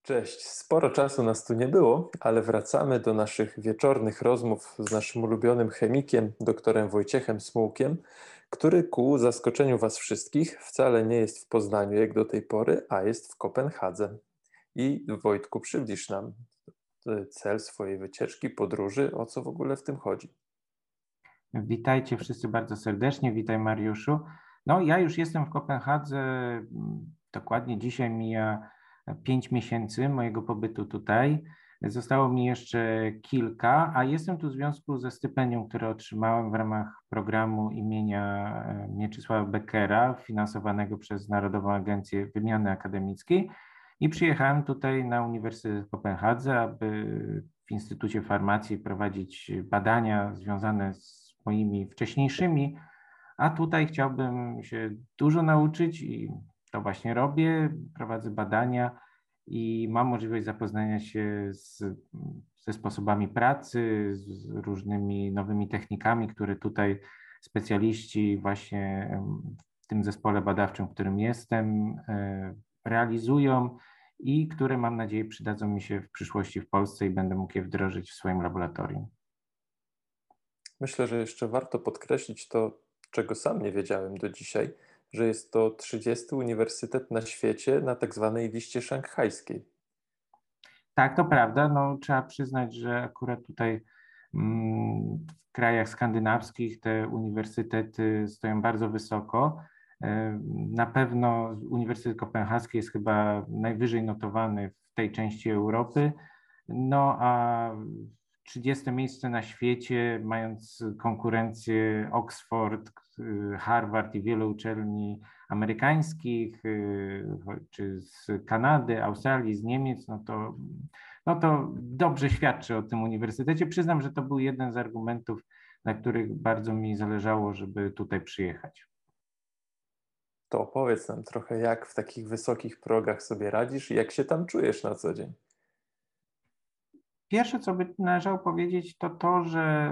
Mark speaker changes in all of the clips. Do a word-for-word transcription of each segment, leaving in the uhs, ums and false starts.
Speaker 1: Cześć, sporo czasu nas tu nie było, ale wracamy do naszych wieczornych rozmów z naszym ulubionym chemikiem, doktorem Wojciechem Smułkiem, który ku zaskoczeniu Was wszystkich wcale nie jest w Poznaniu jak do tej pory, a jest w Kopenhadze. I Wojtku, przybliż nam e, cel swojej wycieczki, podróży, o co w ogóle w tym chodzi.
Speaker 2: Witajcie wszyscy bardzo serdecznie, witaj Mariuszu. No ja już jestem w Kopenhadze, mm, dokładnie dzisiaj mija pięć miesięcy mojego pobytu tutaj. Zostało mi jeszcze kilka, a jestem tu w związku ze stypendium, które otrzymałem w ramach programu imienia e, Mieczysława Beckera, finansowanego przez Narodową Agencję Wymiany Akademickiej. I przyjechałem tutaj na Uniwersytet w Kopenhadze, aby w Instytucie Farmacji prowadzić badania związane z moimi wcześniejszymi, a tutaj chciałbym się dużo nauczyć i to właśnie robię. Prowadzę badania i mam możliwość zapoznania się z, ze sposobami pracy, z różnymi nowymi technikami, które tutaj specjaliści właśnie w tym zespole badawczym, w którym jestem, e, realizują i które mam nadzieję przydadzą mi się w przyszłości w Polsce i będę mógł je wdrożyć w swoim laboratorium.
Speaker 1: Myślę, że jeszcze warto podkreślić to, czego sam nie wiedziałem do dzisiaj, że jest to trzydziesty uniwersytet na świecie na tak zwanej liście szanghajskiej.
Speaker 2: Tak, to prawda. No, trzeba przyznać, że akurat tutaj mm, w krajach skandynawskich te uniwersytety stoją bardzo wysoko. E, Na pewno Uniwersytet Kopenhaski jest chyba najwyżej notowany w tej części Europy. No a trzydzieste miejsce na świecie, mając konkurencję Oxford, y, Harvard i wiele uczelni amerykańskich, y, czy z Kanady, Australii, z Niemiec, no to, no to dobrze świadczy o tym uniwersytecie. Przyznam, że to był jeden z argumentów, na których bardzo mi zależało, żeby tutaj przyjechać.
Speaker 1: To opowiedz nam trochę, jak w takich wysokich progach sobie radzisz i jak się tam czujesz na co dzień.
Speaker 2: Pierwsze, co by należało powiedzieć, to to, że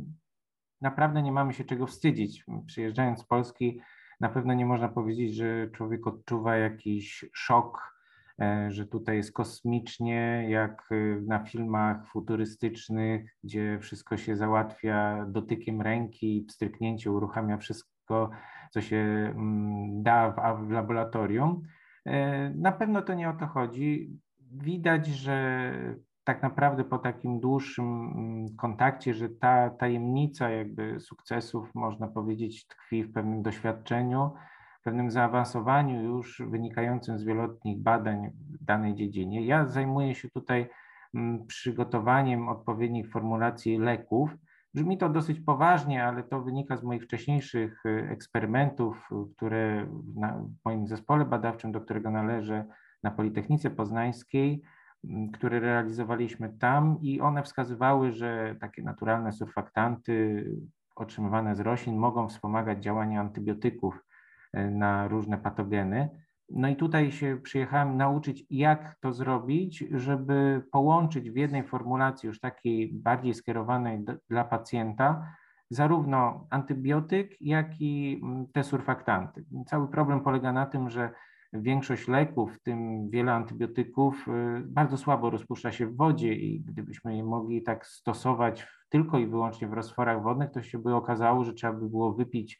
Speaker 2: naprawdę nie mamy się czego wstydzić. Przyjeżdżając z Polski, na pewno nie można powiedzieć, że człowiek odczuwa jakiś szok, e, że tutaj jest kosmicznie, jak e, na filmach futurystycznych, gdzie wszystko się załatwia dotykiem ręki, pstryknięcie uruchamia wszystko, co się mm, da w, w laboratorium. E, Na pewno to nie o to chodzi. Widać, że tak naprawdę po takim dłuższym mm, kontakcie, że ta tajemnica jakby sukcesów, można powiedzieć, tkwi w pewnym doświadczeniu, w pewnym zaawansowaniu już wynikającym z wieloletnich badań w danej dziedzinie. Ja zajmuję się tutaj mm, przygotowaniem odpowiednich formulacji leków. Brzmi to dosyć poważnie, ale to wynika z moich wcześniejszych y, eksperymentów, y, które w na- w moim zespole badawczym, do którego należę na Politechnice Poznańskiej, które realizowaliśmy tam i one wskazywały, że takie naturalne surfaktanty otrzymywane z roślin mogą wspomagać działanie antybiotyków na różne patogeny. No i tutaj się przyjechałem nauczyć, jak to zrobić, żeby połączyć w jednej formulacji już takiej bardziej skierowanej do, dla pacjenta zarówno antybiotyk, jak i te surfaktanty. Cały problem polega na tym, że większość leków, w tym wiele antybiotyków, y, bardzo słabo rozpuszcza się w wodzie i gdybyśmy je mogli tak stosować tylko i wyłącznie w roztworach wodnych, to się by okazało, że trzeba by było wypić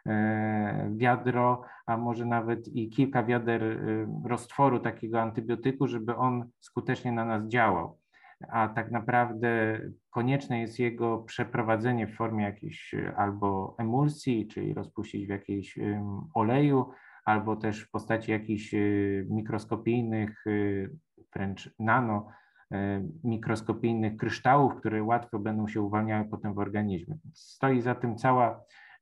Speaker 2: e, wiadro, a może nawet i kilka wiader y, roztworu takiego antybiotyku, żeby on skutecznie na nas działał. A tak naprawdę konieczne jest jego przeprowadzenie w formie jakiejś y, albo emulsji, czyli rozpuścić w jakiejś um, oleju, albo też w postaci jakichś y, mikroskopijnych, y, wręcz nano y, mikroskopijnych kryształów, które łatwo będą się uwalniały potem w organizmie. Stoi za tym cała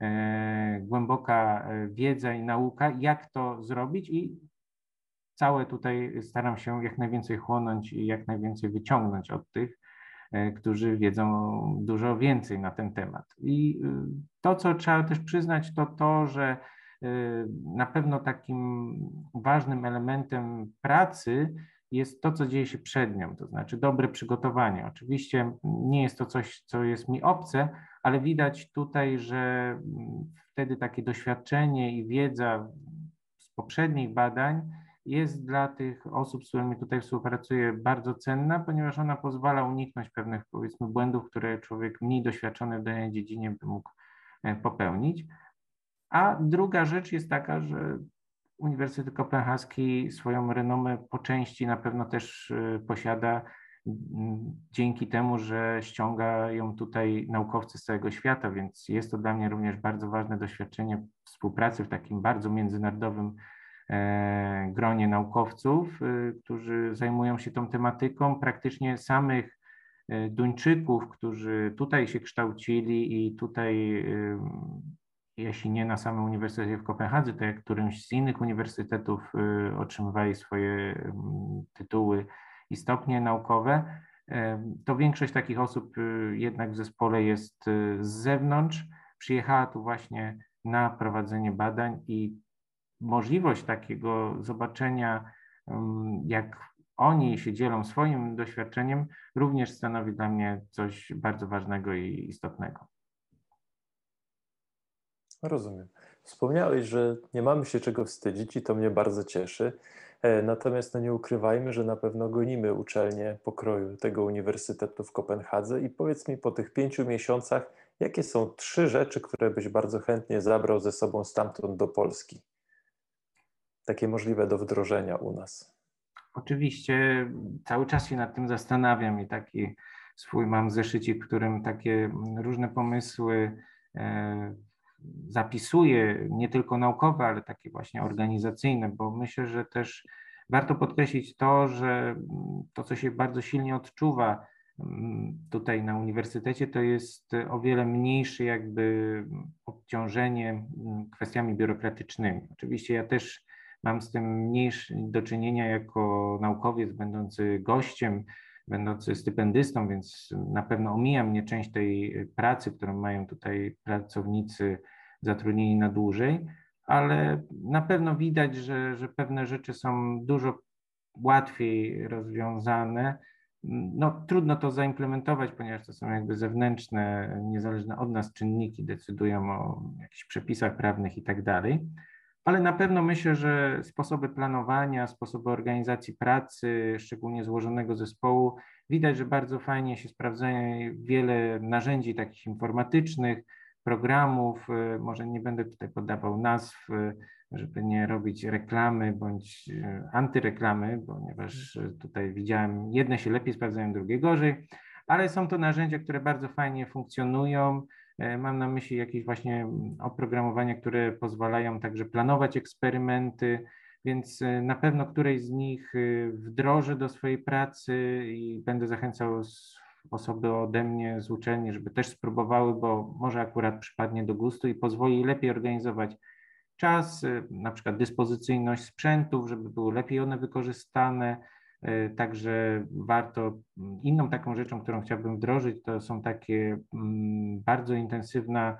Speaker 2: e, głęboka e, wiedza i nauka, jak to zrobić i całe tutaj staram się jak najwięcej chłonąć i jak najwięcej wyciągnąć od tych, e, którzy wiedzą dużo więcej na ten temat. I y, to, co trzeba też przyznać, to to, że y, na pewno takim ważnym elementem pracy jest to, co dzieje się przed nią, to znaczy dobre przygotowanie. Oczywiście nie jest to coś, co jest mi obce, ale widać tutaj, że mm, wtedy takie doświadczenie i wiedza z poprzednich badań jest dla tych osób, z którymi tutaj współpracuję, bardzo cenna, ponieważ ona pozwala uniknąć pewnych, powiedzmy, błędów, które człowiek mniej doświadczony w danej dziedzinie by mógł popełnić. A druga rzecz jest taka, że Uniwersytet Kopenhaski swoją renomę po części na pewno też posiada dzięki temu, że ściągają tutaj naukowcy z całego świata, więc jest to dla mnie również bardzo ważne doświadczenie współpracy w takim bardzo międzynarodowym gronie naukowców, którzy zajmują się tą tematyką. Praktycznie samych Duńczyków, którzy tutaj się kształcili i tutaj, jeśli nie na samym Uniwersytecie w Kopenhadze, to jak którymś z innych uniwersytetów otrzymywali swoje tytuły i stopnie naukowe, to większość takich osób jednak w zespole jest z zewnątrz. Przyjechała tu właśnie na prowadzenie badań i możliwość takiego zobaczenia, jak oni się dzielą swoim doświadczeniem, również stanowi dla mnie coś bardzo ważnego i istotnego.
Speaker 1: Rozumiem. Wspomniałeś, że nie mamy się czego wstydzić i to mnie bardzo cieszy. Natomiast no nie ukrywajmy, że na pewno gonimy uczelnię pokroju tego Uniwersytetu w Kopenhadze i powiedz mi po tych pięciu miesiącach, jakie są trzy rzeczy, które byś bardzo chętnie zabrał ze sobą stamtąd do Polski? Takie możliwe do wdrożenia u nas.
Speaker 2: Oczywiście cały czas się nad tym zastanawiam i taki swój mam zeszycik, w którym takie różne pomysły e, zapisuję, nie tylko naukowe, ale takie właśnie organizacyjne, bo myślę, że też warto podkreślić to, że to, co się bardzo silnie odczuwa tutaj na uniwersytecie, to jest o wiele mniejsze jakby obciążenie kwestiami biurokratycznymi. Oczywiście ja też mam z tym mniej do czynienia jako naukowiec będący gościem, będący stypendystą, więc na pewno omija mnie część tej pracy, którą mają tutaj pracownicy zatrudnieni na dłużej, ale na pewno widać, że, że pewne rzeczy są dużo łatwiej rozwiązane. No, trudno to zaimplementować, ponieważ to są jakby zewnętrzne, niezależne od nas czynniki, decydują o jakichś przepisach prawnych i tak dalej. Ale na pewno myślę, że sposoby planowania, sposoby organizacji pracy, szczególnie złożonego zespołu, widać, że bardzo fajnie się sprawdzają wiele narzędzi takich informatycznych, programów. Może nie będę tutaj podawał nazw, żeby nie robić reklamy bądź antyreklamy, ponieważ tutaj widziałem, jedne się lepiej sprawdzają, drugie gorzej, ale są to narzędzia, które bardzo fajnie funkcjonują. Mam na myśli jakieś właśnie oprogramowania, które pozwalają także planować eksperymenty, więc na pewno któreś z nich wdrożę do swojej pracy i będę zachęcał osoby ode mnie z uczelni, żeby też spróbowały, bo może akurat przypadnie do gustu i pozwoli lepiej organizować czas, na przykład dyspozycyjność sprzętów, żeby były lepiej one wykorzystane. Także warto, inną taką rzeczą, którą chciałbym wdrożyć, to są takie bardzo intensywna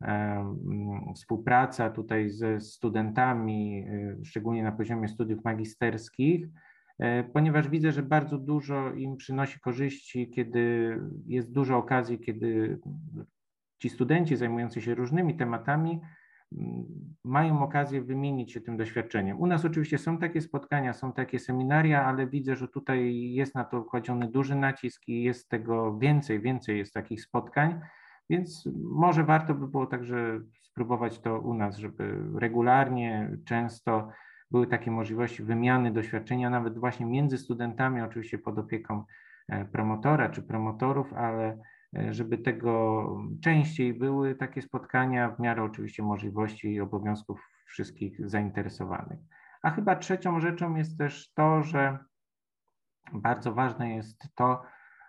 Speaker 2: współpraca tutaj ze studentami, szczególnie na poziomie studiów magisterskich, ponieważ widzę, że bardzo dużo im przynosi korzyści, kiedy jest dużo okazji, kiedy ci studenci zajmujący się różnymi tematami mają okazję wymienić się tym doświadczeniem. U nas oczywiście są takie spotkania, są takie seminaria, ale widzę, że tutaj jest na to kładziony duży nacisk i jest tego więcej, więcej jest takich spotkań, więc może warto by było także spróbować to u nas, żeby regularnie, często były takie możliwości wymiany doświadczenia, nawet właśnie między studentami, oczywiście pod opieką promotora czy promotorów, ale żeby tego częściej były takie spotkania w miarę oczywiście możliwości i obowiązków wszystkich zainteresowanych. A chyba trzecią rzeczą jest też to, że bardzo ważne jest to,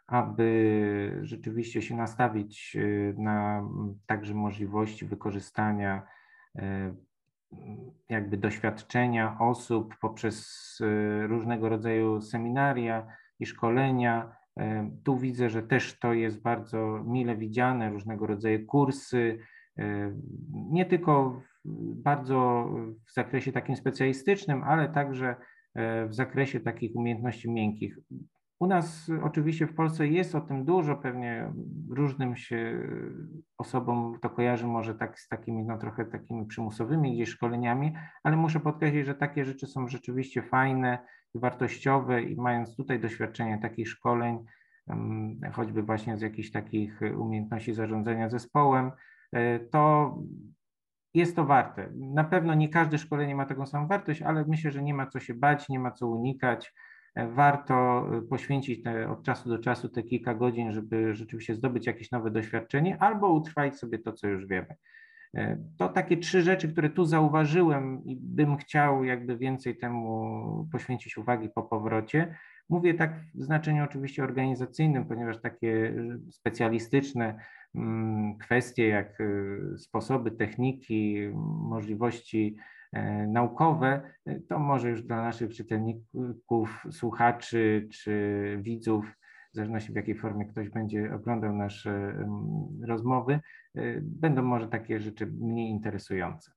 Speaker 2: aby rzeczywiście się nastawić na także możliwości wykorzystania jakby doświadczenia osób poprzez różnego rodzaju seminaria i szkolenia. Tu widzę, że też to jest bardzo mile widziane, różnego rodzaju kursy, nie tylko bardzo w zakresie takim specjalistycznym, ale także w zakresie takich umiejętności miękkich. U nas oczywiście w Polsce jest o tym dużo, pewnie różnym się osobom to kojarzy może tak z takimi no trochę takimi przymusowymi gdzieś szkoleniami, ale muszę podkreślić, że takie rzeczy są rzeczywiście fajne i wartościowe i mając tutaj doświadczenie takich szkoleń, choćby właśnie z jakichś takich umiejętności zarządzania zespołem, to jest to warte. Na pewno nie każde szkolenie ma taką samą wartość, ale myślę, że nie ma co się bać, nie ma co unikać. Warto poświęcić te, od czasu do czasu te kilka godzin, żeby rzeczywiście zdobyć jakieś nowe doświadczenie albo utrwalić sobie to, co już wiemy. To takie trzy rzeczy, które tu zauważyłem i bym chciał jakby więcej temu poświęcić uwagi po powrocie. Mówię tak w znaczeniu oczywiście organizacyjnym, ponieważ takie specjalistyczne kwestie jak sposoby, techniki, możliwości naukowe, to może już dla naszych czytelników, słuchaczy czy widzów, w zależności w jakiej formie ktoś będzie oglądał nasze rozmowy, będą może takie rzeczy mniej interesujące.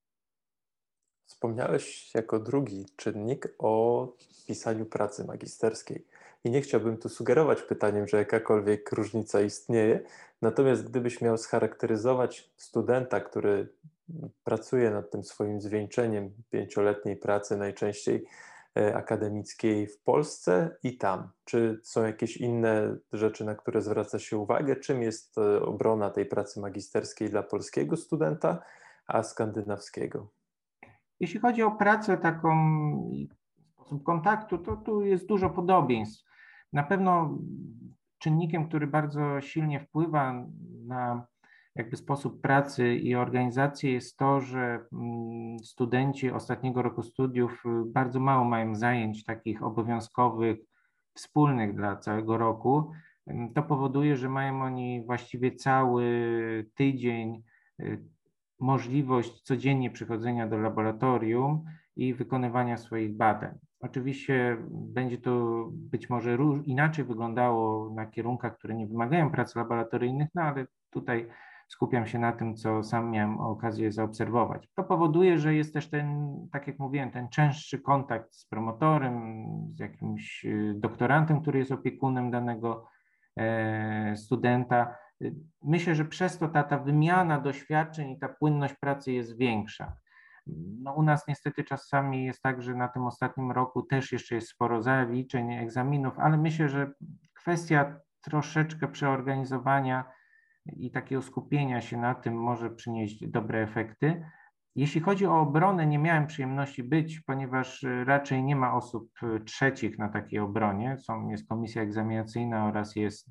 Speaker 1: Wspomniałeś jako drugi czynnik o pisaniu pracy magisterskiej. I nie chciałbym tu sugerować pytaniem, że jakakolwiek różnica istnieje. Natomiast gdybyś miał scharakteryzować studenta, który pracuje nad tym swoim zwieńczeniem pięcioletniej pracy, najczęściej akademickiej w Polsce i tam, czy są jakieś inne rzeczy, na które zwraca się uwagę? Czym jest obrona tej pracy magisterskiej dla polskiego studenta, a skandynawskiego?
Speaker 2: Jeśli chodzi o pracę taką i sposób kontaktu, to tu jest dużo podobieństw. Na pewno czynnikiem, który bardzo silnie wpływa na jakby sposób pracy i organizację jest to, że studenci ostatniego roku studiów bardzo mało mają zajęć takich obowiązkowych, wspólnych dla całego roku. To powoduje, że mają oni właściwie cały tydzień możliwość codziennie przychodzenia do laboratorium i wykonywania swoich badań. Oczywiście będzie to być może inaczej wyglądało na kierunkach, które nie wymagają prac laboratoryjnych, no ale tutaj skupiam się na tym, co sam miałem okazję zaobserwować. To powoduje, że jest też ten, tak jak mówiłem, ten częstszy kontakt z promotorem, z jakimś doktorantem, który jest opiekunem danego e, studenta. Myślę, że przez to ta, ta wymiana doświadczeń i ta płynność pracy jest większa. No, u nas niestety czasami jest tak, że na tym ostatnim roku też jeszcze jest sporo zaliczeń, egzaminów, ale myślę, że kwestia troszeczkę przeorganizowania i takiego skupienia się na tym może przynieść dobre efekty. Jeśli chodzi o obronę, nie miałem przyjemności być, ponieważ raczej nie ma osób trzecich na takiej obronie. Są, jest komisja egzaminacyjna oraz jest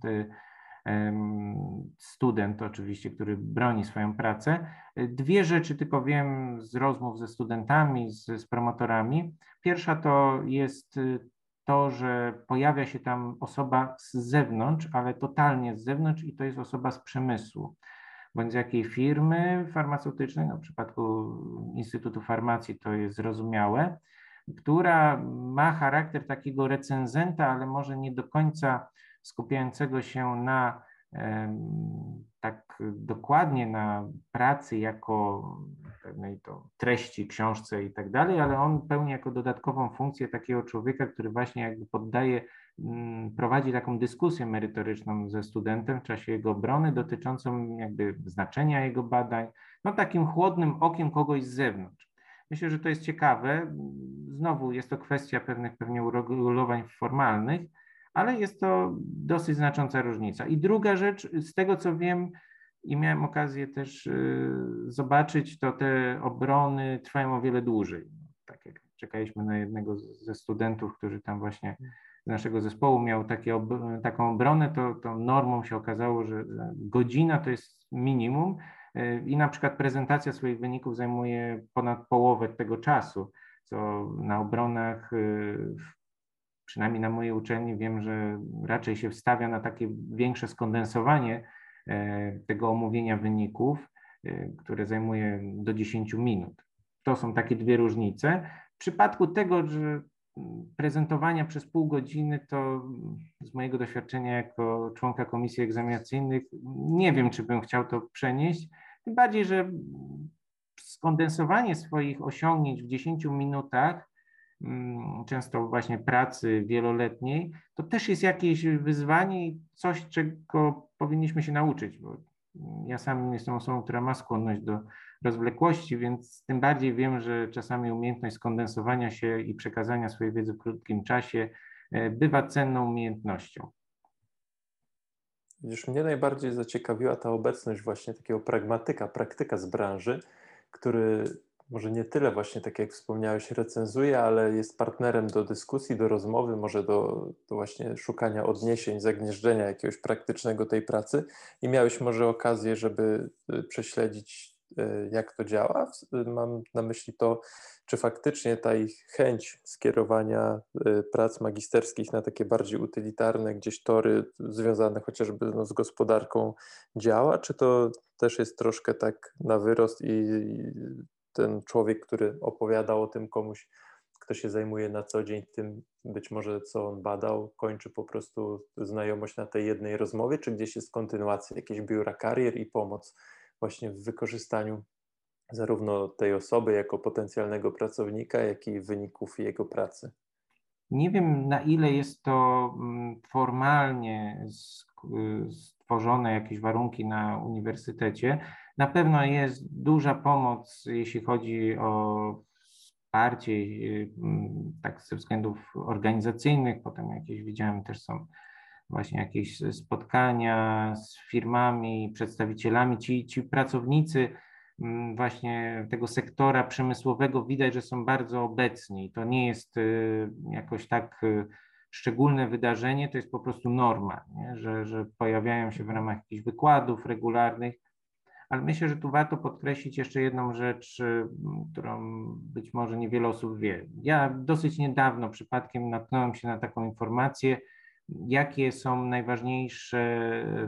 Speaker 2: student oczywiście, który broni swoją pracę. Dwie rzeczy tylko wiem z rozmów ze studentami, z, z promotorami. Pierwsza to jest to, że pojawia się tam osoba z zewnątrz, ale totalnie z zewnątrz i to jest osoba z przemysłu, bądź z jakiej firmy farmaceutycznej, no w przypadku Instytutu Farmacji to jest zrozumiałe, która ma charakter takiego recenzenta, ale może nie do końca skupiającego się na tak dokładnie na pracy jako pewnej to treści, książce i tak dalej, ale on pełni jako dodatkową funkcję takiego człowieka, który właśnie jakby poddaje, prowadzi taką dyskusję merytoryczną ze studentem w czasie jego obrony dotyczącą jakby znaczenia jego badań, no takim chłodnym okiem kogoś z zewnątrz. Myślę, że to jest ciekawe. Znowu jest to kwestia pewnych pewnie uregulowań formalnych, ale jest to dosyć znacząca różnica. I druga rzecz, z tego co wiem i miałem okazję też zobaczyć, to te obrony trwają o wiele dłużej. Tak jak czekaliśmy na jednego ze studentów, który tam właśnie z naszego zespołu miał takie ob taką obronę, to, to normą się okazało, że godzina to jest minimum i na przykład prezentacja swoich wyników zajmuje ponad połowę tego czasu, co na obronach przynajmniej na mojej uczelni wiem, że raczej się wstawia na takie większe skondensowanie tego omówienia wyników, które zajmuje do dziesięciu minut. To są takie dwie różnice. W przypadku tego, że prezentowania przez pół godziny, to z mojego doświadczenia jako członka komisji egzaminacyjnych nie wiem, czy bym chciał to przenieść. Tym bardziej, że skondensowanie swoich osiągnięć w dziesięciu minutach często właśnie pracy wieloletniej, to też jest jakieś wyzwanie i coś, czego powinniśmy się nauczyć, bo ja sam jestem osobą, która ma skłonność do rozwlekłości, więc tym bardziej wiem, że czasami umiejętność skondensowania się i przekazania swojej wiedzy w krótkim czasie bywa cenną umiejętnością.
Speaker 1: Widzisz, mnie najbardziej zaciekawiła ta obecność właśnie takiego pragmatyka, praktyka z branży, który może nie tyle właśnie, tak jak wspomniałeś, recenzuje, ale jest partnerem do dyskusji, do rozmowy, może do, do właśnie szukania odniesień, zagnieżdżenia jakiegoś praktycznego tej pracy i miałeś może okazję, żeby prześledzić, jak to działa. Mam na myśli to, czy faktycznie ta ich chęć skierowania prac magisterskich na takie bardziej utylitarne gdzieś tory związane chociażby no, z gospodarką działa, czy to też jest troszkę tak na wyrost i ten człowiek, który opowiadał o tym komuś, kto się zajmuje na co dzień tym, być może co on badał, kończy po prostu znajomość na tej jednej rozmowie, czy gdzieś jest kontynuacja, jakieś biura karier i pomoc właśnie w wykorzystaniu zarówno tej osoby jako potencjalnego pracownika, jak i wyników jego pracy.
Speaker 2: Nie wiem, na ile jest to formalnie stworzone jakieś warunki na uniwersytecie. Na pewno jest duża pomoc, jeśli chodzi o wsparcie, tak ze względów organizacyjnych. Potem jakieś widziałem też są właśnie jakieś spotkania z firmami, przedstawicielami. Ci, ci pracownicy właśnie tego sektora przemysłowego widać, że są bardzo obecni. To nie jest jakoś tak szczególne wydarzenie, to jest po prostu norma, nie? Że, że pojawiają się w ramach jakichś wykładów regularnych, ale myślę, że tu warto podkreślić jeszcze jedną rzecz, którą być może niewiele osób wie. Ja dosyć niedawno przypadkiem natknąłem się na taką informację, jakie są najważniejsze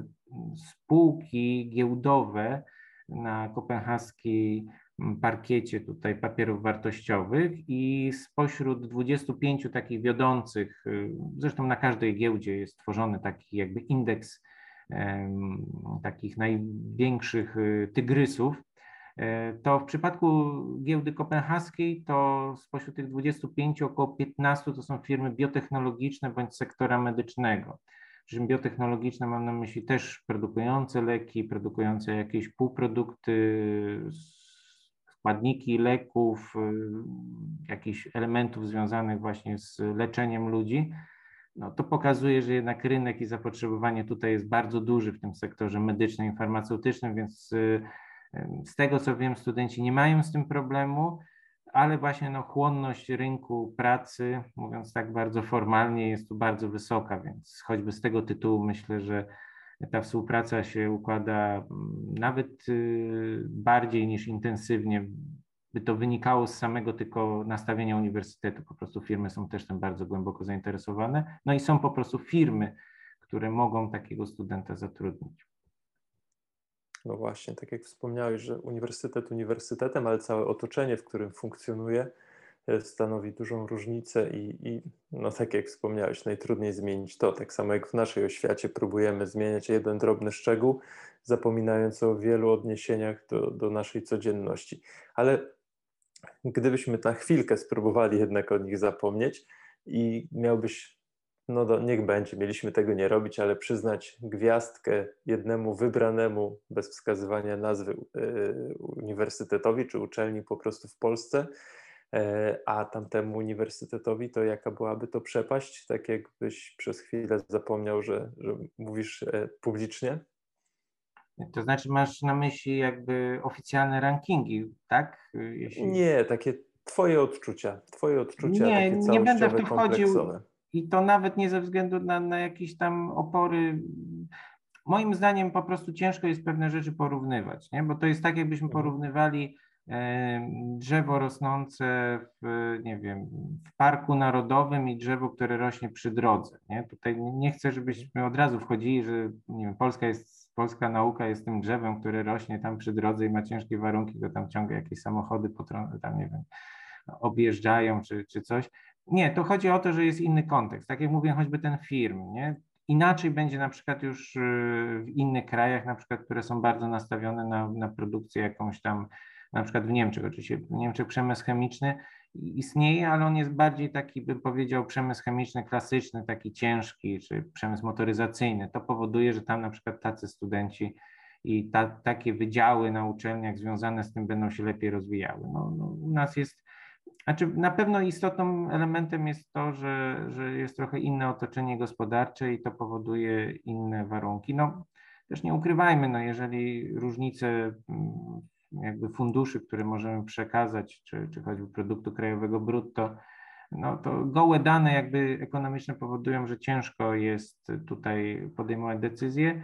Speaker 2: spółki giełdowe na kopenhaskiej parkiecie tutaj papierów wartościowych i spośród dwudziestu pięciu takich wiodących, zresztą na każdej giełdzie jest tworzony taki jakby indeks um, takich największych tygrysów, to w przypadku giełdy kopenhaskiej to spośród tych dwudziestu pięciu około piętnastu to są firmy biotechnologiczne bądź sektora medycznego. Przy czym biotechnologiczne mam na myśli też produkujące leki, produkujące jakieś półprodukty, składniki leków, jakichś elementów związanych właśnie z leczeniem ludzi. No, to pokazuje, że jednak rynek i zapotrzebowanie tutaj jest bardzo duży w tym sektorze medycznym i farmaceutycznym, więc z tego co wiem, studenci nie mają z tym problemu, ale właśnie no, chłonność rynku pracy, mówiąc tak bardzo formalnie, jest tu bardzo wysoka, więc choćby z tego tytułu myślę, że ta współpraca się układa nawet bardziej niż intensywnie, by to wynikało z samego tylko nastawienia uniwersytetu. Po prostu firmy są też tym bardzo głęboko zainteresowane. No i są po prostu firmy, które mogą takiego studenta zatrudnić.
Speaker 1: No właśnie, tak jak wspomniałeś, że uniwersytet uniwersytetem, ale całe otoczenie, w którym funkcjonuje, stanowi dużą różnicę i, i no tak jak wspomniałeś, najtrudniej zmienić to. Tak samo jak w naszej oświacie próbujemy zmieniać jeden drobny szczegół, zapominając o wielu odniesieniach do, do naszej codzienności. Ale gdybyśmy na chwilkę spróbowali jednak o nich zapomnieć i miałbyś, no do, niech będzie, mieliśmy tego nie robić, ale przyznać gwiazdkę jednemu wybranemu, bez wskazywania nazwy, yy, uniwersytetowi czy uczelni po prostu w Polsce, yy, a tamtemu uniwersytetowi, to jaka byłaby to przepaść? Tak jakbyś przez chwilę zapomniał, że, że mówisz yy, publicznie?
Speaker 2: To znaczy masz na myśli jakby oficjalne rankingi, tak?
Speaker 1: Jeśli... Nie, takie twoje odczucia, twoje odczucia
Speaker 2: nie,
Speaker 1: takie
Speaker 2: nie będę w to
Speaker 1: kompleksowe.
Speaker 2: wchodził i to nawet nie ze względu na, na jakieś tam opory. Moim zdaniem po prostu ciężko jest pewne rzeczy porównywać, nie? Bo to jest tak, jakbyśmy porównywali e, drzewo rosnące w, nie wiem, w parku narodowym i drzewo, które rośnie przy drodze, nie? Tutaj nie chcę, żebyśmy od razu wchodzili, że nie wiem, Polska jest, polska nauka jest tym drzewem, które rośnie tam przy drodze i ma ciężkie warunki, to tam ciągle jakieś samochody potrą- tam nie wiem, objeżdżają czy, czy coś. Nie, to chodzi o to, że jest inny kontekst. Tak jak mówiłem, choćby ten film, nie? Inaczej będzie na przykład już w innych krajach, na przykład, które są bardzo nastawione na, na produkcję jakąś tam, na przykład w Niemczech, oczywiście w Niemczech przemysł chemiczny istnieje, ale on jest bardziej taki, bym powiedział, przemysł chemiczny klasyczny, taki ciężki, czy przemysł motoryzacyjny. To powoduje, że tam na przykład tacy studenci i ta, takie wydziały na uczelniach związane z tym będą się lepiej rozwijały. No, no, u nas jest, znaczy na pewno istotnym elementem jest to, że, że jest trochę inne otoczenie gospodarcze i to powoduje inne warunki. No, też nie ukrywajmy, no jeżeli różnice jakby funduszy, które możemy przekazać, czy, czy choćby produktu krajowego brutto, no to gołe dane jakby ekonomiczne powodują, że ciężko jest tutaj podejmować decyzje,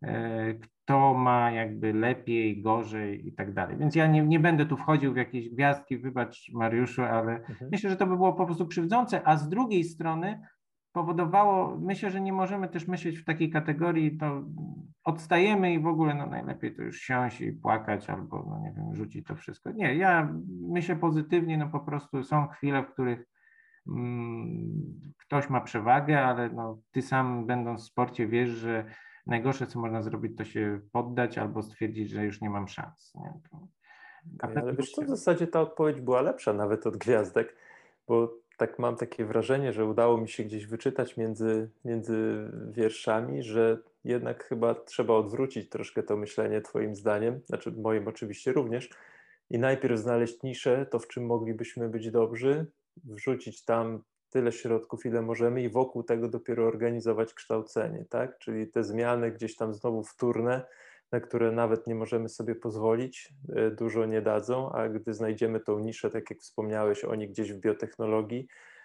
Speaker 2: kto ma jakby lepiej, gorzej i tak dalej. Więc ja nie, nie będę tu wchodził w jakieś gwiazdki, wybacz Mariuszu, ale mhm. myślę, że to by było po prostu krzywdzące, a z drugiej strony powodowało, myślę, że nie możemy też myśleć w takiej kategorii, to odstajemy i w ogóle no najlepiej to już siąść i płakać albo no nie wiem, rzucić to wszystko. Nie, ja myślę pozytywnie, no po prostu są chwile, w których mm, ktoś ma przewagę, ale no ty sam będąc w sporcie wiesz, że najgorsze co można zrobić to się poddać albo stwierdzić, że już nie mam szans. Nie? To
Speaker 1: okay, ale wiesz co, w zasadzie ta odpowiedź była lepsza nawet od gwiazdek, bo tak mam takie wrażenie, że udało mi się gdzieś wyczytać między, między wierszami, że jednak chyba trzeba odwrócić troszkę to myślenie twoim zdaniem, znaczy moim oczywiście również, i najpierw znaleźć niszę, to w czym moglibyśmy być dobrzy, wrzucić tam tyle środków, ile możemy i wokół tego dopiero organizować kształcenie, tak? Czyli te zmiany gdzieś tam znowu wtórne, na które nawet nie możemy sobie pozwolić, dużo nie dadzą, a gdy znajdziemy tą niszę, tak jak wspomniałeś, oni gdzieś w biotechnologii,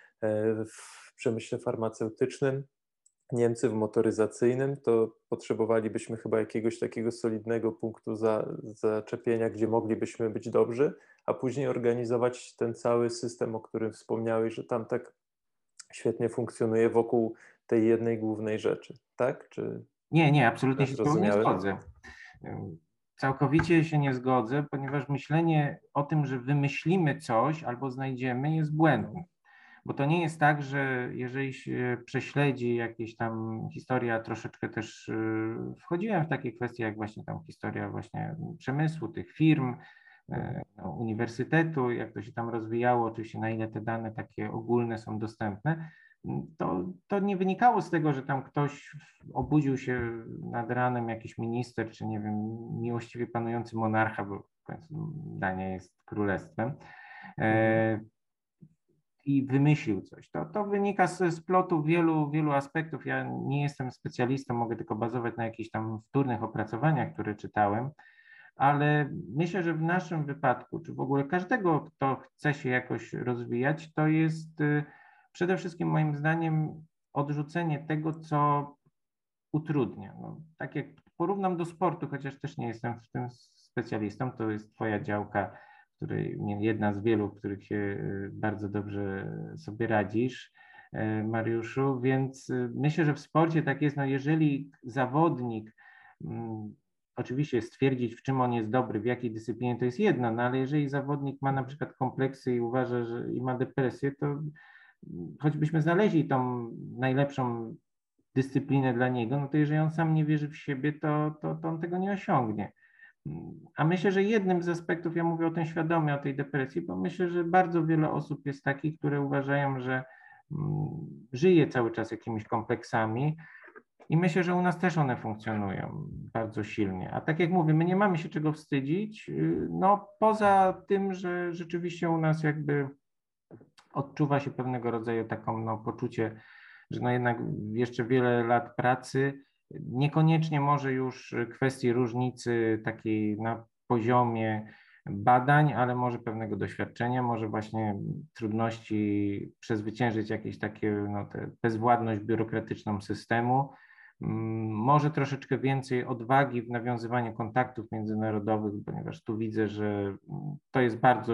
Speaker 1: w przemyśle farmaceutycznym, Niemcy w motoryzacyjnym, to potrzebowalibyśmy chyba jakiegoś takiego solidnego punktu za, zaczepienia, gdzie moglibyśmy być dobrzy, a później organizować ten cały system, o którym wspomniałeś, że tam tak świetnie funkcjonuje wokół tej jednej głównej rzeczy, tak? Czy
Speaker 2: nie, nie, absolutnie się z tobą nie zgodzę. Całkowicie się nie zgodzę, ponieważ myślenie o tym, że wymyślimy coś albo znajdziemy, jest błędne. Bo to nie jest tak, że jeżeli się prześledzi jakieś tam historia, troszeczkę też wchodziłem w takie kwestie, jak właśnie tam historia właśnie przemysłu, tych firm, no, uniwersytetu, jak to się tam rozwijało, oczywiście na ile te dane takie ogólne są dostępne, to, to nie wynikało z tego, że tam ktoś obudził się nad ranem, jakiś minister, czy nie wiem, miłościwie panujący monarcha, bo w końcu Dania jest królestwem, e, i wymyślił coś. To, to wynika z splotu wielu, wielu aspektów. Ja nie jestem specjalistą, mogę tylko bazować na jakichś tam wtórnych opracowaniach, które czytałem, ale myślę, że w naszym wypadku, czy w ogóle każdego, kto chce się jakoś rozwijać, to jest przede wszystkim moim zdaniem odrzucenie tego, co utrudnia. No, tak jak porównam do sportu, chociaż też nie jestem w tym specjalistą, to jest twoja działka, której, jedna z wielu, w których się bardzo dobrze sobie radzisz, Mariuszu, więc myślę, że w sporcie tak jest, no jeżeli zawodnik oczywiście stwierdzić, w czym on jest dobry, w jakiej dyscyplinie, to jest jedno, no ale jeżeli zawodnik ma na przykład kompleksy i uważa, że i ma depresję, to choćbyśmy znaleźli tą najlepszą dyscyplinę dla niego, no to jeżeli on sam nie wierzy w siebie, to, to, to on tego nie osiągnie. A myślę, że jednym z aspektów, ja mówię o tym świadomie, o tej depresji, bo myślę, że bardzo wiele osób jest takich, które uważają, że mm, żyje cały czas jakimiś kompleksami i myślę, że u nas też one funkcjonują bardzo silnie. A tak jak mówię, my nie mamy się czego wstydzić, no poza tym, że rzeczywiście u nas jakby odczuwa się pewnego rodzaju taką no, poczucie, że no jednak jeszcze wiele lat pracy, niekoniecznie może już kwestii różnicy takiej na poziomie badań, ale może pewnego doświadczenia, może właśnie trudności przezwyciężyć jakieś takie no, te bezwładność biurokratyczną systemu, może troszeczkę więcej odwagi w nawiązywaniu kontaktów międzynarodowych, ponieważ tu widzę, że to jest bardzo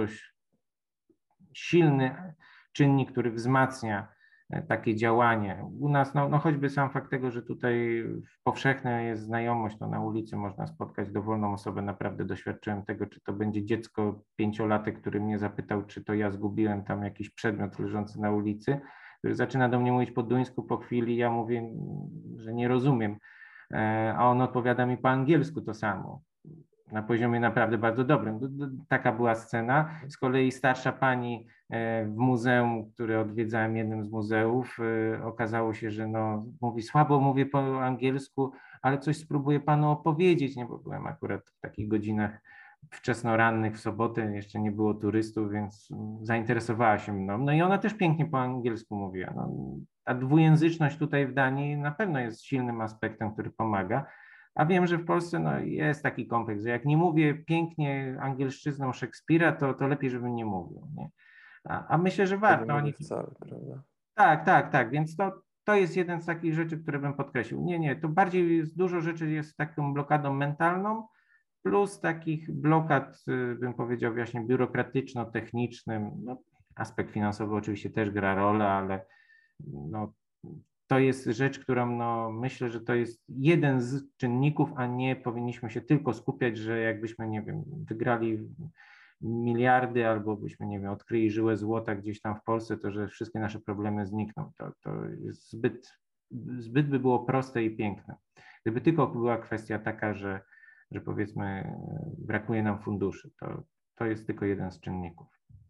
Speaker 2: silny czynnik, który wzmacnia takie działanie. U nas, no, no choćby sam fakt tego, że tutaj powszechna jest znajomość, to na ulicy można spotkać dowolną osobę, naprawdę doświadczyłem tego, czy to będzie dziecko pięciolatek, który mnie zapytał, czy to ja zgubiłem tam jakiś przedmiot leżący na ulicy, który zaczyna do mnie mówić po duńsku, po chwili ja mówię, że nie rozumiem, a on odpowiada mi po angielsku to samo. na poziomie naprawdę bardzo dobrym. Taka była scena. Z kolei starsza pani w muzeum, które odwiedzałem, jednym z muzeów, okazało się, że no, mówi słabo, mówię po angielsku, ale coś spróbuję panu opowiedzieć, nie, bo byłem akurat w takich godzinach wczesnorannych w sobotę, jeszcze nie było turystów, więc zainteresowała się mną. No i ona też pięknie po angielsku mówiła. No, ta dwujęzyczność tutaj w Danii na pewno jest silnym aspektem, który pomaga. A wiem, że w Polsce no, jest taki kompleks, że jak nie mówię pięknie angielszczyzną Szekspira, to, to lepiej, żebym nie mówił. Nie? A, a myślę, że
Speaker 1: To nie
Speaker 2: warto.
Speaker 1: mówię
Speaker 2: Oni...
Speaker 1: wcale, prawda?
Speaker 2: Tak, tak, tak. Więc to, to jest jeden z takich rzeczy, które bym podkreślił. Nie, nie, to bardziej jest, dużo rzeczy jest taką blokadą mentalną, plus takich blokad, bym powiedział, właśnie biurokratyczno-technicznym. No, aspekt finansowy oczywiście też gra rolę, ale no, to jest rzecz, którą no, myślę, że to jest jeden z czynników, a nie powinniśmy się tylko skupiać, że jakbyśmy, nie wiem, wygrali miliardy albo byśmy, nie wiem, odkryli żyłę złota gdzieś tam w Polsce, to że wszystkie nasze problemy znikną. To, to jest zbyt, zbyt by było proste i piękne. Gdyby tylko była kwestia taka, że, że powiedzmy brakuje nam funduszy, to, to jest tylko jeden z czynników.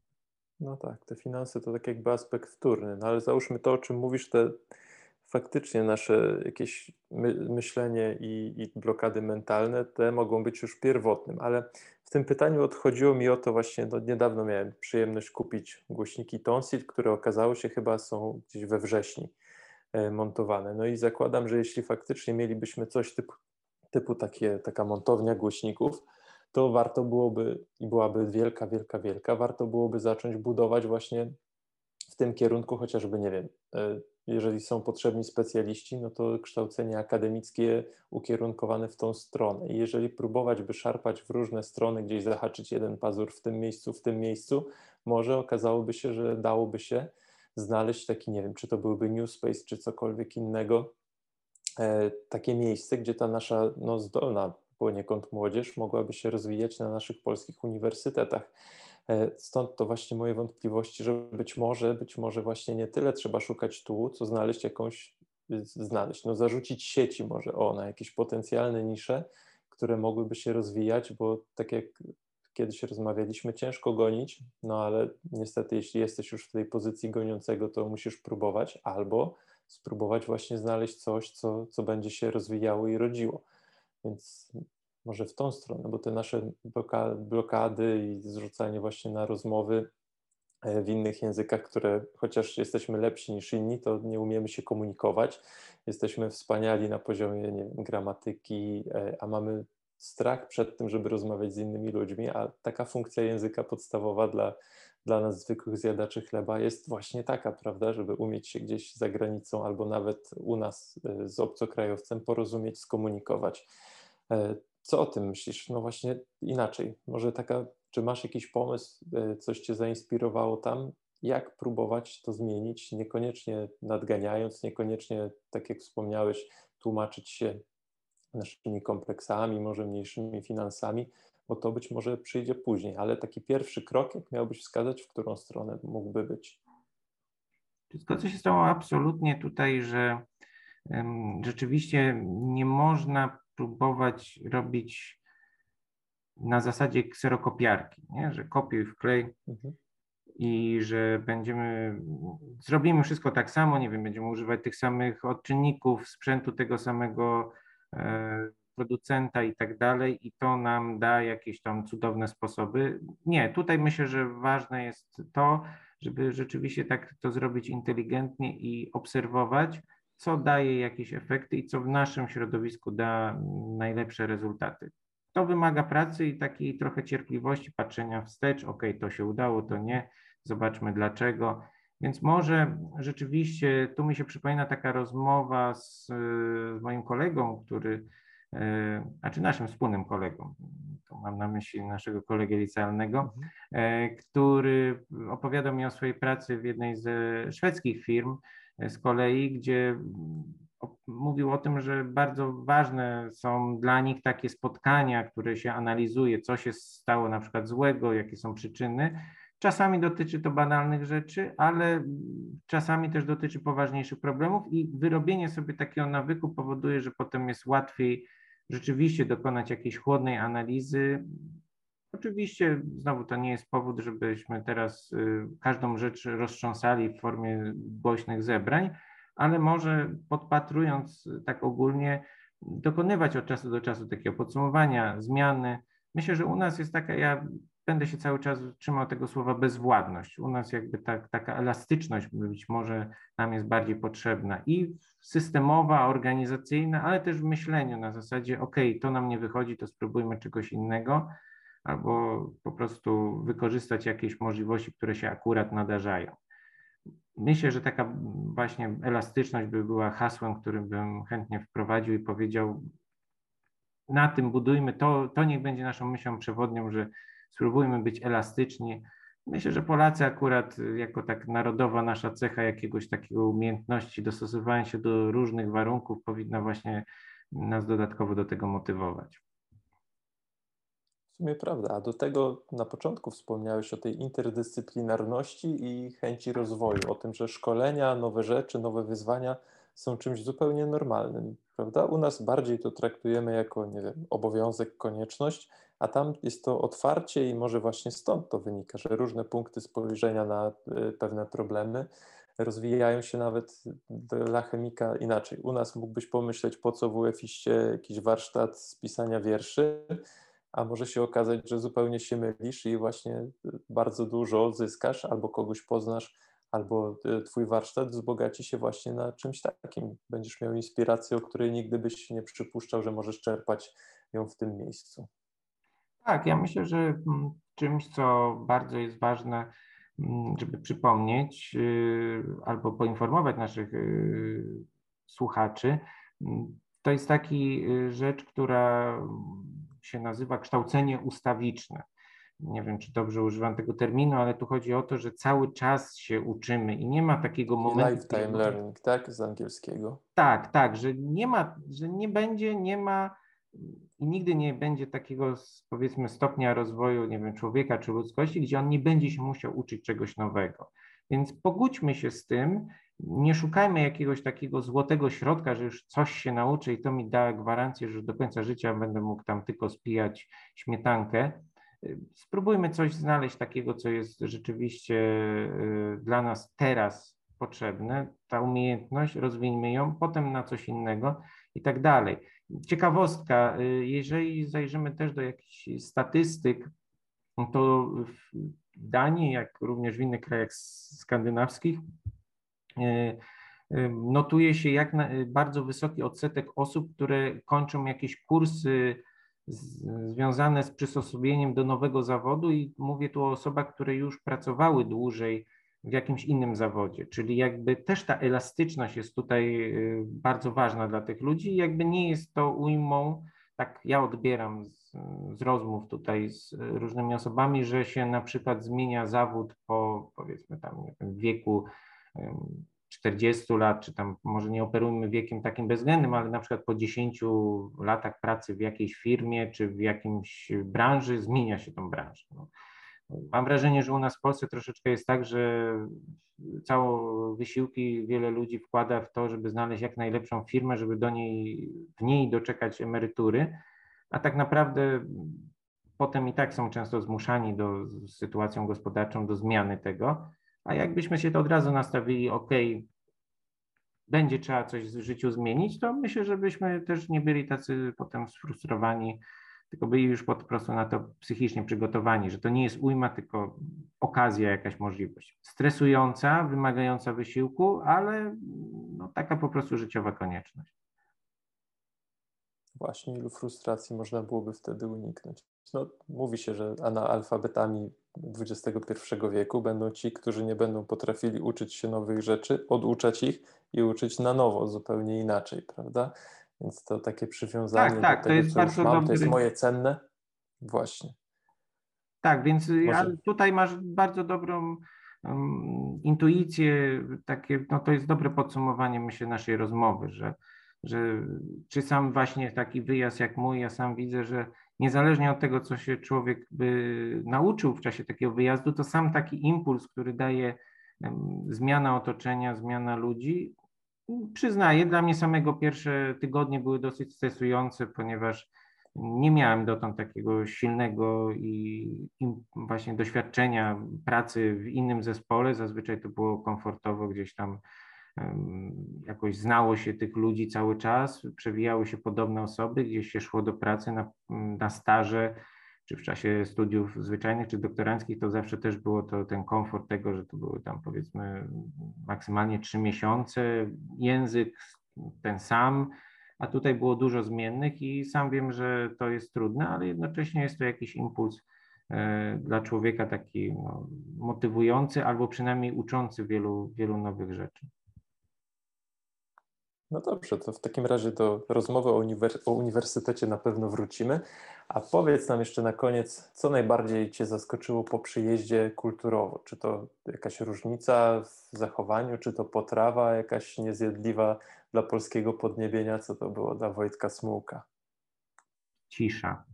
Speaker 1: No tak, te finanse to tak jakby aspekt wtórny, no ale załóżmy to, o czym mówisz, te faktycznie nasze jakieś my, myślenie i, i blokady mentalne, te mogą być już pierwotnym, ale w tym pytaniu odchodziło mi o to właśnie, no niedawno miałem przyjemność kupić głośniki Tonsit, które okazało się chyba są gdzieś we wrześni e, montowane. No i zakładam, że jeśli faktycznie mielibyśmy coś typu, typu takie, taka montownia głośników, to warto byłoby, i byłaby wielka, wielka, wielka, warto byłoby zacząć budować właśnie w tym kierunku, chociażby, nie wiem, jeżeli są potrzebni specjaliści, no to kształcenie akademickie ukierunkowane w tą stronę. I jeżeli próbować by szarpać w różne strony, gdzieś zahaczyć jeden pazur w tym miejscu, w tym miejscu, może okazałoby się, że dałoby się znaleźć taki, nie wiem, czy to byłby New Space, czy cokolwiek innego, takie miejsce, gdzie ta nasza no, zdolna poniekąd młodzież mogłaby się rozwijać na naszych polskich uniwersytetach. Stąd to właśnie moje wątpliwości, że być może, być może właśnie nie tyle trzeba szukać tu, co znaleźć jakąś, znaleźć, no zarzucić sieci może, o, na jakieś potencjalne nisze, które mogłyby się rozwijać, bo tak jak kiedyś rozmawialiśmy, ciężko gonić, no ale niestety jeśli jesteś już w tej pozycji goniącego, to musisz próbować albo spróbować właśnie znaleźć coś, co, co będzie się rozwijało i rodziło. Więc może w tą stronę, bo te nasze blokady i zrzucanie właśnie na rozmowy w innych językach, które chociaż jesteśmy lepsi niż inni, to nie umiemy się komunikować. Jesteśmy wspaniali na poziomie, nie wiem, gramatyki, a mamy strach przed tym, żeby rozmawiać z innymi ludźmi, a taka funkcja języka podstawowa dla, dla nas zwykłych zjadaczy chleba jest właśnie taka, prawda, żeby umieć się gdzieś za granicą albo nawet u nas z obcokrajowcem porozumieć, skomunikować. Co o tym myślisz? No właśnie inaczej. Może taka, czy masz jakiś pomysł, coś cię zainspirowało tam? Jak próbować to zmienić, niekoniecznie nadganiając, niekoniecznie, tak jak wspomniałeś, tłumaczyć się naszymi kompleksami, może mniejszymi finansami, bo to być może przyjdzie później, ale taki pierwszy krok, jak miałbyś wskazać, w którą stronę mógłby być?
Speaker 2: Zgodzę się z tobą absolutnie tutaj, że um, rzeczywiście nie można próbować robić na zasadzie kserokopiarki, nie? Że kopiuj, wklej mhm. i że będziemy, zrobimy wszystko tak samo, nie wiem, będziemy używać tych samych odczynników, sprzętu tego samego e, producenta i tak dalej i to nam da jakieś tam cudowne sposoby. Nie, tutaj myślę, że ważne jest to, żeby rzeczywiście tak to zrobić inteligentnie i obserwować, co daje jakieś efekty i co w naszym środowisku da najlepsze rezultaty. To wymaga pracy i takiej trochę cierpliwości, patrzenia wstecz, ok, to się udało, to nie, zobaczmy dlaczego. Więc może rzeczywiście, tu mi się przypomina taka rozmowa z, z moim kolegą, który, znaczy naszym wspólnym kolegą, to mam na myśli naszego kolegę licealnego, mhm. który opowiadał mi o swojej pracy w jednej ze szwedzkich firm z kolei, gdzie mówił o tym, że bardzo ważne są dla nich takie spotkania, które się analizuje, co się stało na przykład złego, jakie są przyczyny. Czasami dotyczy to banalnych rzeczy, ale czasami też dotyczy poważniejszych problemów i wyrobienie sobie takiego nawyku powoduje, że potem jest łatwiej rzeczywiście dokonać jakiejś chłodnej analizy. Oczywiście znowu to nie jest powód, żebyśmy teraz y, każdą rzecz roztrząsali w formie głośnych zebrań, ale może podpatrując tak ogólnie, dokonywać od czasu do czasu takiego podsumowania, zmiany. Myślę, że u nas jest taka, ja będę się cały czas trzymał tego słowa bezwładność. U nas jakby tak, taka elastyczność być może nam jest bardziej potrzebna i systemowa, organizacyjna, ale też w myśleniu na zasadzie, ok, to nam nie wychodzi, to spróbujmy czegoś innego, albo po prostu wykorzystać jakieś możliwości, które się akurat nadarzają. Myślę, że taka właśnie elastyczność by była hasłem, którym bym chętnie wprowadził i powiedział, na tym budujmy, to, to niech będzie naszą myślą przewodnią, że spróbujmy być elastyczni. Myślę, że Polacy akurat jako tak narodowa nasza cecha jakiegoś takiego umiejętności dostosowania się do różnych warunków powinna właśnie nas dodatkowo do tego motywować.
Speaker 1: W sumie prawda, a do tego na początku wspomniałeś o tej interdyscyplinarności i chęci rozwoju, o tym, że szkolenia, nowe rzeczy, nowe wyzwania są czymś zupełnie normalnym, prawda? U nas bardziej to traktujemy jako, nie wiem, obowiązek, konieczność, a tam jest to otwarcie i może właśnie stąd to wynika, że różne punkty spojrzenia na y, pewne problemy rozwijają się nawet dla chemika inaczej. U nas mógłbyś pomyśleć, po co w U F iście jakiś warsztat z pisania wierszy, a może się okazać, że zupełnie się mylisz i właśnie bardzo dużo zyskasz, albo kogoś poznasz, albo twój warsztat wzbogaci się właśnie na czymś takim. Będziesz miał inspirację, o której nigdy byś nie przypuszczał, że możesz czerpać ją w tym miejscu.
Speaker 2: Tak, ja myślę, że czymś, co bardzo jest ważne, żeby przypomnieć albo poinformować naszych słuchaczy, to jest taki rzecz, która się nazywa kształcenie ustawiczne. Nie wiem, czy dobrze używam tego terminu, ale tu chodzi o to, że cały czas się uczymy i nie ma takiego momentu.
Speaker 1: Lifetime learning, tak? Z angielskiego.
Speaker 2: Tak, tak, że nie ma, że nie będzie, nie ma i nigdy nie będzie takiego, powiedzmy, stopnia rozwoju, nie wiem, człowieka czy ludzkości, gdzie on nie będzie się musiał uczyć czegoś nowego. Więc pogódźmy się z tym, nie szukajmy jakiegoś takiego złotego środka, że już coś się nauczę i to mi da gwarancję, że do końca życia będę mógł tam tylko spijać śmietankę. Spróbujmy coś znaleźć takiego, co jest rzeczywiście dla nas teraz potrzebne, ta umiejętność, rozwijmy ją, potem na coś innego i tak dalej. Ciekawostka, jeżeli zajrzymy też do jakichś statystyk, to w Danii, jak również w innych krajach skandynawskich, notuje się jak na, bardzo wysoki odsetek osób, które kończą jakieś kursy z, związane z przysposobieniem do nowego zawodu i mówię tu o osobach, które już pracowały dłużej w jakimś innym zawodzie, czyli jakby też ta elastyczność jest tutaj bardzo ważna dla tych ludzi, jakby nie jest to ujmą, tak ja odbieram z, z rozmów tutaj z różnymi osobami, że się na przykład zmienia zawód po powiedzmy tam nie wiem, wieku czterdziestu lat, czy tam może nie operujmy wiekiem takim bezwzględnym, ale na przykład po dziesięciu latach pracy w jakiejś firmie, czy w jakimś branży zmienia się tą branżę. No. Mam wrażenie, że u nas w Polsce troszeczkę jest tak, że całe wysiłki wiele ludzi wkłada w to, żeby znaleźć jak najlepszą firmę, żeby do niej, w niej doczekać emerytury, a tak naprawdę potem i tak są często zmuszani do, z sytuacją gospodarczą do zmiany tego, a jakbyśmy się to od razu nastawili, ok, będzie trzeba coś w życiu zmienić, to myślę, że byśmy też nie byli tacy potem sfrustrowani, tylko byli już po prostu na to psychicznie przygotowani, że to nie jest ujma, tylko okazja, jakaś możliwość. Stresująca, wymagająca wysiłku, ale no, taka po prostu życiowa konieczność.
Speaker 1: Właśnie ilu frustracji można byłoby wtedy uniknąć. No, mówi się, że analfabetami dwudziestego pierwszego wieku będą ci, którzy nie będą potrafili uczyć się nowych rzeczy, oduczać ich i uczyć na nowo, zupełnie inaczej, prawda? Więc to takie przywiązanie
Speaker 2: Tak, tak,
Speaker 1: do
Speaker 2: to
Speaker 1: tego,
Speaker 2: jest
Speaker 1: co już
Speaker 2: bardzo
Speaker 1: mam,
Speaker 2: dobry...
Speaker 1: to jest moje cenne. Właśnie.
Speaker 2: Tak, więc ja,
Speaker 1: Może...
Speaker 2: tutaj masz bardzo dobrą um, intuicję, takie, no to jest dobre podsumowanie, myślę, naszej rozmowy, że, że czy sam właśnie taki wyjazd jak mój, ja sam widzę, że niezależnie od tego, co się człowiek by nauczył w czasie takiego wyjazdu, to sam taki impuls, który daje um, zmiana otoczenia, zmiana ludzi, Przyznaję, dla mnie samego pierwsze tygodnie były dosyć stresujące, ponieważ nie miałem dotąd takiego silnego i, i właśnie doświadczenia pracy w innym zespole. Zazwyczaj to było komfortowo, gdzieś tam um, jakoś znało się tych ludzi cały czas, przewijały się podobne osoby, gdzieś się szło do pracy na, na staże, czy w czasie studiów zwyczajnych, czy doktoranckich, to zawsze też było to ten komfort tego, że to były tam powiedzmy maksymalnie trzy miesiące, język ten sam, a tutaj było dużo zmiennych i sam wiem, że to jest trudne, ale jednocześnie jest to jakiś impuls e, dla człowieka taki no, motywujący albo przynajmniej uczący wielu, wielu nowych rzeczy.
Speaker 1: No dobrze, to w takim razie do rozmowy o, uniwer- o uniwersytecie na pewno wrócimy. A powiedz nam jeszcze na koniec, co najbardziej Cię zaskoczyło po przyjeździe kulturowo? Czy to jakaś różnica w zachowaniu, czy to potrawa jakaś niezjadliwa dla polskiego podniebienia? Co to było dla Wojtka Smułka?
Speaker 2: Cisza.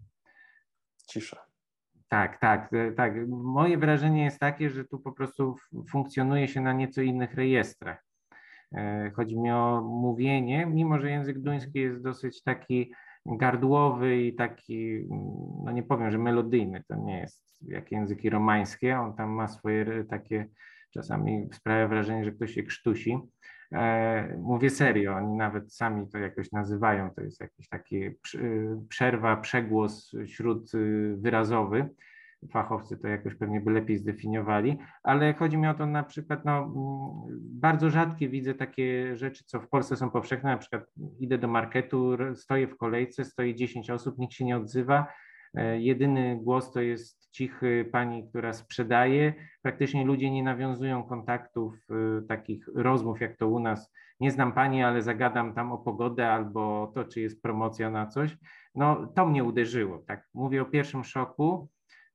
Speaker 1: Cisza.
Speaker 2: Tak, tak, e, tak. Moje wrażenie jest takie, że tu po prostu funkcjonuje się na nieco innych rejestrach. E, Chodzi mi o mówienie, mimo że język duński jest dosyć taki gardłowy i taki, mm, no nie powiem, że melodyjny, to nie jest jak języki romańskie, on tam ma swoje takie, czasami sprawia wrażenie, że ktoś się krztusi. E, Mówię serio, oni nawet sami to jakoś nazywają, to jest jakiś taki przerwa, przegłos śródwyrazowy. Fachowcy to jakoś pewnie by lepiej zdefiniowali, ale chodzi mi o to na przykład, no, mm, bardzo rzadkie widzę takie rzeczy, co w Polsce są powszechne, na przykład idę do marketu, stoję w kolejce, stoi dziesięć osób, nikt się nie odzywa, e, jedyny głos to jest cichy pani, która sprzedaje, praktycznie ludzie nie nawiązują kontaktów, e, takich rozmów jak to u nas, nie znam pani, ale zagadam tam o pogodę albo to, czy jest promocja na coś, no to mnie uderzyło, tak, mówię o pierwszym szoku.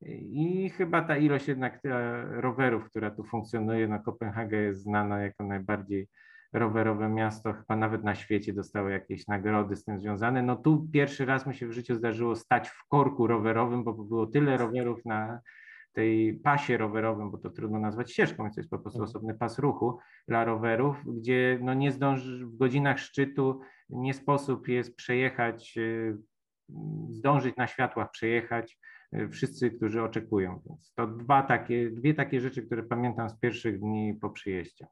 Speaker 2: I chyba ta ilość jednak e, rowerów, która tu funkcjonuje, no Kopenhaga jest znana jako najbardziej rowerowe miasto, chyba nawet na świecie dostało jakieś nagrody z tym związane. No tu pierwszy raz mi się w życiu zdarzyło stać w korku rowerowym, bo było tyle rowerów na tej pasie rowerowym, bo to trudno nazwać ścieżką, więc to jest po prostu osobny pas ruchu dla rowerów, gdzie no nie zdąży w godzinach szczytu, nie sposób jest przejechać, e, zdążyć na światłach przejechać wszyscy, którzy oczekują. Więc to dwa takie, dwie takie rzeczy, które pamiętam z pierwszych dni po przyjeździe.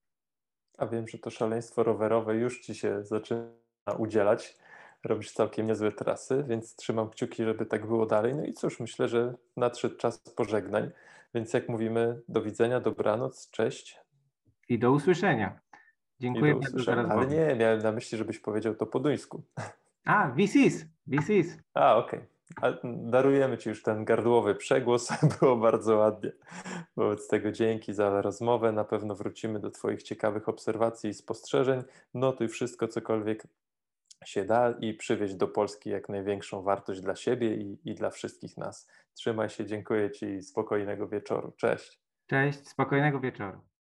Speaker 1: A wiem, że to szaleństwo rowerowe już Ci się zaczyna udzielać. Robisz całkiem niezłe trasy, więc trzymam kciuki, żeby tak było dalej. No i cóż, myślę, że nadszedł czas pożegnań. Więc jak mówimy, do widzenia, dobranoc, cześć
Speaker 2: I do usłyszenia.
Speaker 1: i
Speaker 2: Dziękuję
Speaker 1: do
Speaker 2: bardzo za
Speaker 1: usłyszenia. Ale
Speaker 2: rozmowę.
Speaker 1: nie, miałem na myśli, żebyś powiedział to po duńsku.
Speaker 2: A, this is, this is.
Speaker 1: A, okej. Okay. Darujemy Ci już ten gardłowy przegłos, było bardzo ładnie. Wobec tego dzięki za rozmowę, na pewno wrócimy do Twoich ciekawych obserwacji i spostrzeżeń. Notuj wszystko, cokolwiek się da i przywieź do Polski jak największą wartość dla siebie i, i dla wszystkich nas. Trzymaj się, dziękuję Ci i spokojnego wieczoru. Cześć.
Speaker 2: Cześć, spokojnego wieczoru.